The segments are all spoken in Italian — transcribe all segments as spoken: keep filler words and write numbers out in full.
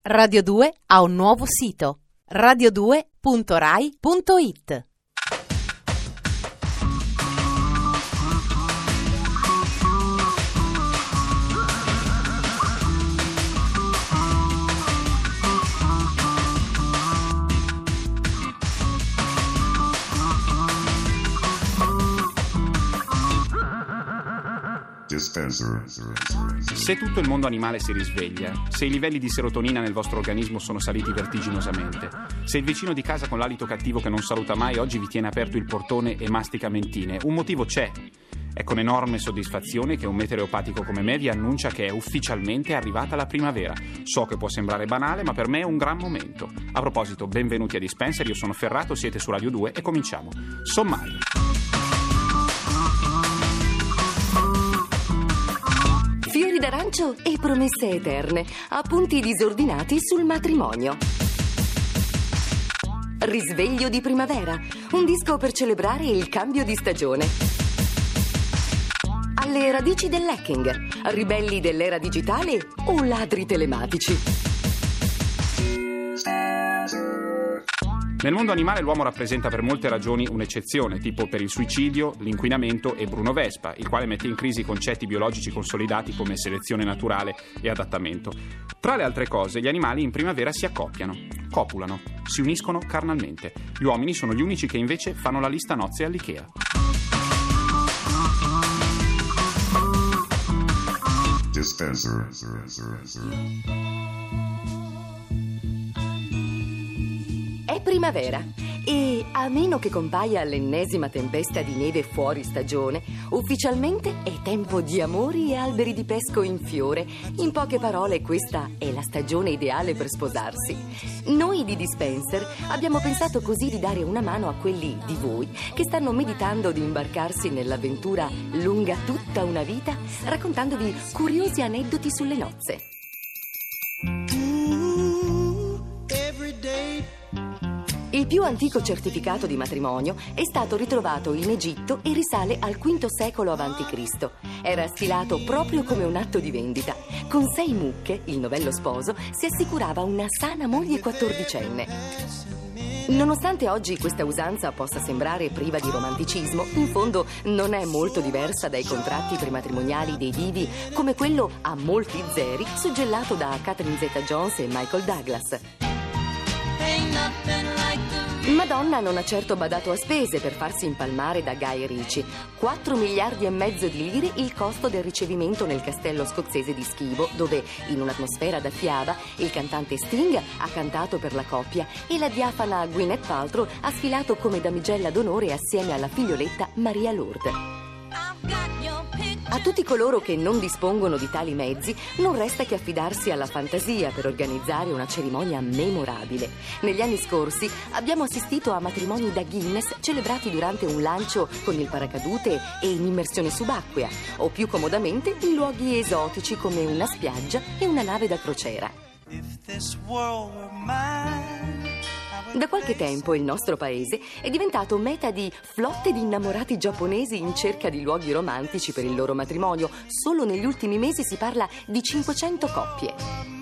Radio due ha un nuovo sito: radio due punto rai punto it. Se tutto il mondo animale si risveglia, se i livelli di serotonina nel vostro organismo sono saliti vertiginosamente, se il vicino di casa con l'alito cattivo che non saluta mai oggi vi tiene aperto il portone e mastica mentine, un motivo c'è. È con enorme soddisfazione che un meteoropatico come me vi annuncia che è ufficialmente arrivata la primavera. So che può sembrare banale, ma per me è un gran momento. A proposito, benvenuti a Dispenser, io sono Ferrato, siete su Radio due e cominciamo. Sommario. Fiori d'arancio e promesse eterne, appunti disordinati sul matrimonio. Risveglio di primavera, un disco per celebrare il cambio di stagione. Alle radici dell'hacking, ribelli dell'era digitale o ladri telematici. Nel mondo animale l'uomo rappresenta per molte ragioni un'eccezione, tipo per il suicidio, l'inquinamento e Bruno Vespa, il quale mette in crisi concetti biologici consolidati come selezione naturale e adattamento. Tra le altre cose, gli animali in primavera si accoppiano, copulano, si uniscono carnalmente. Gli uomini sono gli unici che invece fanno la lista nozze all'Ikea. Dispenser. È primavera e, a meno che compaia l'ennesima tempesta di neve fuori stagione, ufficialmente è tempo di amori e alberi di pesco in fiore. In poche parole, questa è la stagione ideale per sposarsi. Noi di Dispenser abbiamo pensato così di dare una mano a quelli di voi che stanno meditando di imbarcarsi nell'avventura lunga tutta una vita, raccontandovi curiosi aneddoti sulle nozze. Il più antico certificato di matrimonio è stato ritrovato in Egitto e risale al quinto secolo avanti Cristo. Era stilato proprio come un atto di vendita. Con sei mucche, il novello sposo si assicurava una sana moglie quattordicenne. Nonostante oggi questa usanza possa sembrare priva di romanticismo, in fondo non è molto diversa dai contratti prematrimoniali dei divi, come quello a molti zeri suggellato da Catherine Zeta-Jones e Michael Douglas. Madonna non ha certo badato a spese per farsi impalmare da Guy Ritchie. quattro miliardi e mezzo di lire il costo del ricevimento nel castello scozzese di Schivo, dove, in un'atmosfera da fiaba, il cantante Sting ha cantato per la coppia e la diafana Gwyneth Paltrow ha sfilato come damigella d'onore assieme alla figlioletta Maria Lourdes. A tutti coloro che non dispongono di tali mezzi non resta che affidarsi alla fantasia per organizzare una cerimonia memorabile. Negli anni scorsi abbiamo assistito a matrimoni da Guinness celebrati durante un lancio con il paracadute e in immersione subacquea, o più comodamente in luoghi esotici come una spiaggia e una nave da crociera. Da qualche tempo il nostro paese è diventato meta di flotte di innamorati giapponesi in cerca di luoghi romantici per il loro matrimonio. Solo negli ultimi mesi si parla di cinquecento coppie.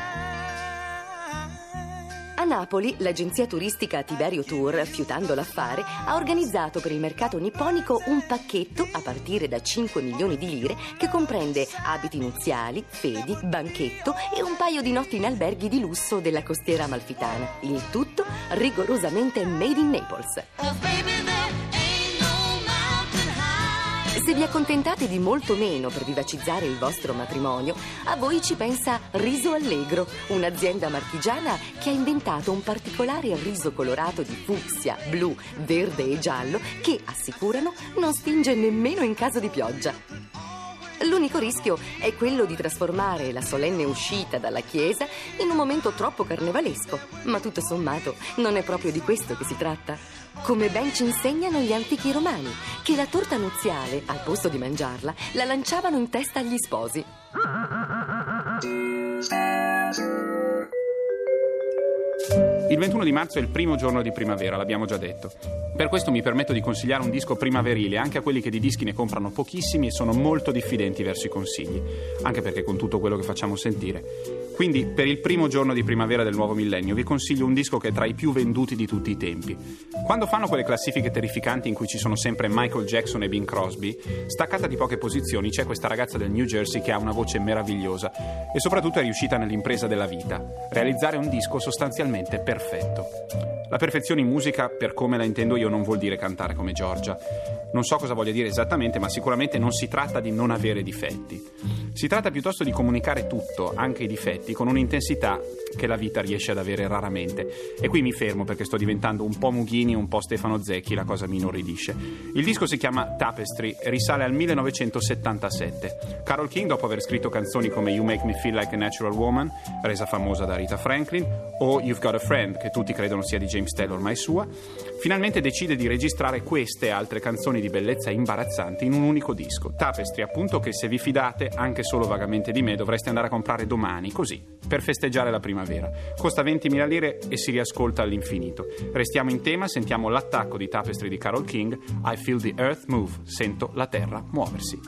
A Napoli, l'agenzia turistica Tiberio Tour, fiutando l'affare, ha organizzato per il mercato nipponico un pacchetto a partire da cinque milioni di lire che comprende abiti nuziali, fedi, banchetto e un paio di notti in alberghi di lusso della costiera amalfitana. Il tutto rigorosamente made in Naples. Se vi accontentate di molto meno per vivacizzare il vostro matrimonio, a voi ci pensa Riso Allegro, un'azienda marchigiana che ha inventato un particolare riso colorato di fucsia, blu, verde e giallo che, assicurano, non stinge nemmeno in caso di pioggia. L'unico rischio è quello di trasformare la solenne uscita dalla chiesa in un momento troppo carnevalesco, ma tutto sommato non è proprio di questo che si tratta. Come ben ci insegnano gli antichi romani, che la torta nuziale, al posto di mangiarla, la lanciavano in testa agli sposi. Il ventuno di marzo è il primo giorno di primavera, l'abbiamo già detto. Per questo mi permetto di consigliare un disco primaverile anche a quelli che di dischi ne comprano pochissimi e sono molto diffidenti verso i consigli, anche perché con tutto quello che facciamo sentire Quindi per il primo giorno di primavera del nuovo millennio vi consiglio un disco che è tra i più venduti di tutti i tempi. Quando fanno quelle classifiche terrificanti in cui ci sono sempre Michael Jackson e Bing Crosby, staccata di poche posizioni c'è questa ragazza del New Jersey che ha una voce meravigliosa e soprattutto è riuscita nell'impresa della vita, realizzare un disco sostanzialmente perfetto. La perfezione in musica, per come la intendo io, non vuol dire cantare come Giorgia. Non so cosa voglia dire esattamente, ma sicuramente non si tratta di non avere difetti. Si tratta piuttosto di comunicare tutto, anche i difetti, con un'intensità che la vita riesce ad avere raramente. E qui mi fermo perché sto diventando un po' Mughini, un po' Stefano Zecchi, la cosa mi inorridisce. Il disco si chiama Tapestry e risale al millenovecentosettantasette. Carole King, dopo aver scritto canzoni come You Make Me Feel Like a Natural Woman, resa famosa da Rita Franklin, o You've Got a Friend, che tutti credono sia di James Taylor ma è sua, finalmente decide di registrare queste e altre canzoni di bellezza imbarazzanti in un unico disco. Tapestry, appunto, che se vi fidate anche solo vagamente di me dovreste andare a comprare domani, così, per festeggiare la primavera. Costa ventimila lire e si riascolta all'infinito. Restiamo in tema, sentiamo l'attacco di Tapestry di Carole King. I feel the earth move, sento la terra muoversi.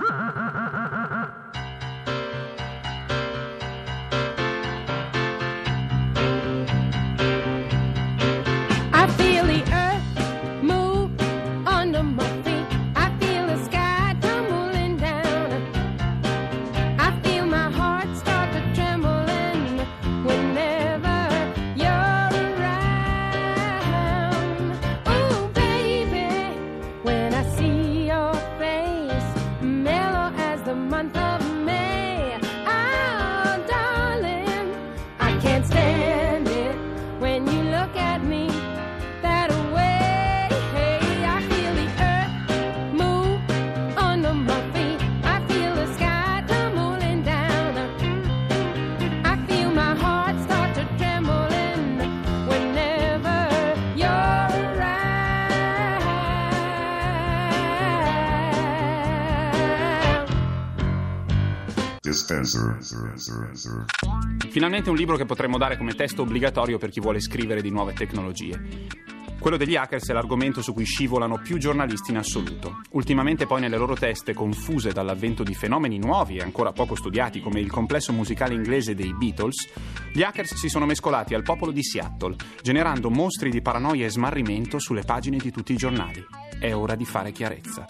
Finalmente un libro che potremmo dare come testo obbligatorio per chi vuole scrivere di nuove tecnologie. Quello degli hackers è l'argomento su cui scivolano più giornalisti in assoluto. Ultimamente poi nelle loro teste, confuse dall'avvento di fenomeni nuovi e ancora poco studiati come il complesso musicale inglese dei Beatles, gli hackers si sono mescolati al popolo di Seattle, generando mostri di paranoia e smarrimento sulle pagine di tutti i giornali. È ora di fare chiarezza.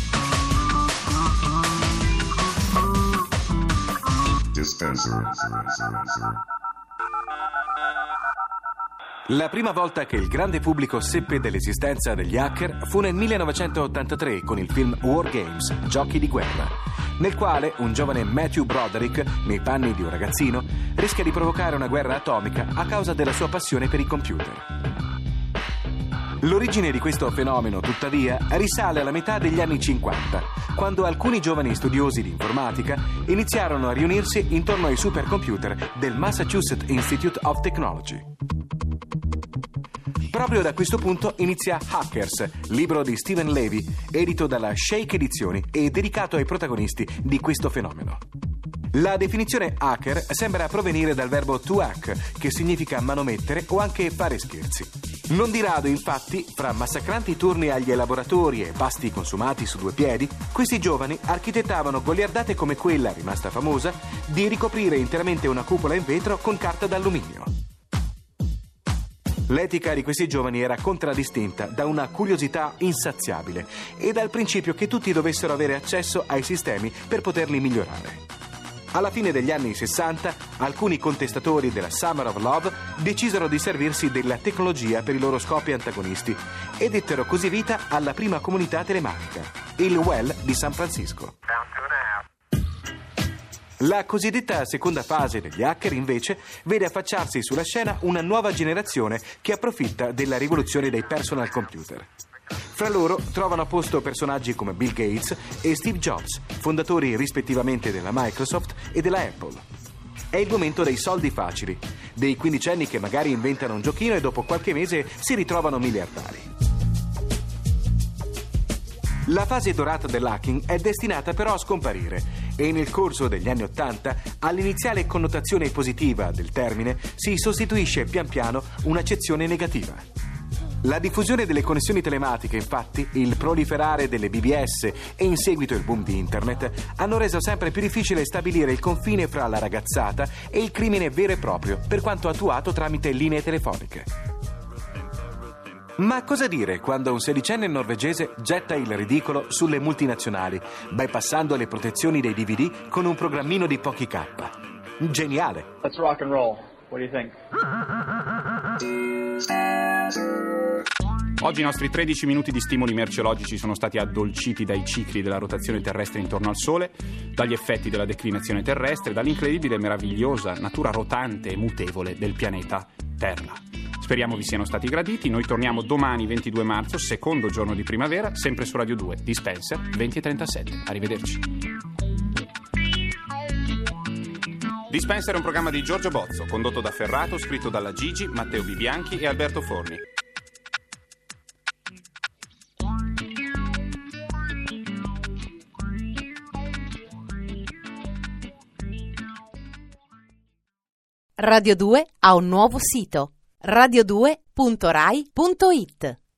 La prima volta che il grande pubblico seppe dell'esistenza degli hacker fu nel millenovecentottantatré con il film War Games, Giochi di guerra, nel quale un giovane Matthew Broderick, nei panni di un ragazzino, rischia di provocare una guerra atomica a causa della sua passione per i computer. L'origine di questo fenomeno, tuttavia, risale alla metà degli anni cinquanta, quando alcuni giovani studiosi di informatica iniziarono a riunirsi intorno ai supercomputer del Massachusetts Institute of Technology. Proprio da questo punto inizia Hackers, libro di Steven Levy, edito dalla Shake Edizioni e dedicato ai protagonisti di questo fenomeno. La definizione hacker sembra provenire dal verbo to hack, che significa manomettere o anche fare scherzi. Non di rado, infatti, fra massacranti turni agli elaboratori e pasti consumati su due piedi, questi giovani architettavano goliardate come quella, rimasta famosa, di ricoprire interamente una cupola in vetro con carta d'alluminio. L'etica di questi giovani era contraddistinta da una curiosità insaziabile e dal principio che tutti dovessero avere accesso ai sistemi per poterli migliorare. Alla fine degli anni sessanta, alcuni contestatori della Summer of Love decisero di servirsi della tecnologia per i loro scopi antagonisti e dettero così vita alla prima comunità telematica, il Well di San Francisco. La cosiddetta seconda fase degli hacker, invece, vede affacciarsi sulla scena una nuova generazione che approfitta della rivoluzione dei personal computer. Fra loro trovano posto personaggi come Bill Gates e Steve Jobs, fondatori rispettivamente della Microsoft e della Apple. È il momento dei soldi facili, dei quindicenni che magari inventano un giochino e dopo qualche mese si ritrovano miliardari. La fase dorata dell'hacking è destinata però a scomparire e nel corso degli anni Ottanta all'iniziale connotazione positiva del termine si sostituisce pian piano un'accezione negativa. La diffusione delle connessioni telematiche, infatti, il proliferare delle B B S e in seguito il boom di Internet hanno reso sempre più difficile stabilire il confine fra la ragazzata e il crimine vero e proprio, per quanto attuato tramite linee telefoniche. Ma cosa dire quando un sedicenne norvegese getta il ridicolo sulle multinazionali, bypassando le protezioni dei D V D con un programmino di pochi K? Geniale! Let's rock and roll. What do you think? Oggi i nostri tredici minuti di stimoli merceologici sono stati addolciti dai cicli della rotazione terrestre intorno al Sole, dagli effetti della declinazione terrestre, dall'incredibile e meravigliosa natura rotante e mutevole del pianeta Terra. Speriamo vi siano stati graditi. Noi torniamo domani ventidue marzo, secondo giorno di primavera, sempre su Radio due, Dispenser venti e trentasette. Arrivederci. Dispenser è un programma di Giorgio Bozzo, condotto da Ferrato, scritto dalla Gigi, Matteo Bibianchi e Alberto Forni. Radio due ha un nuovo sito: radio due punto rai punto it.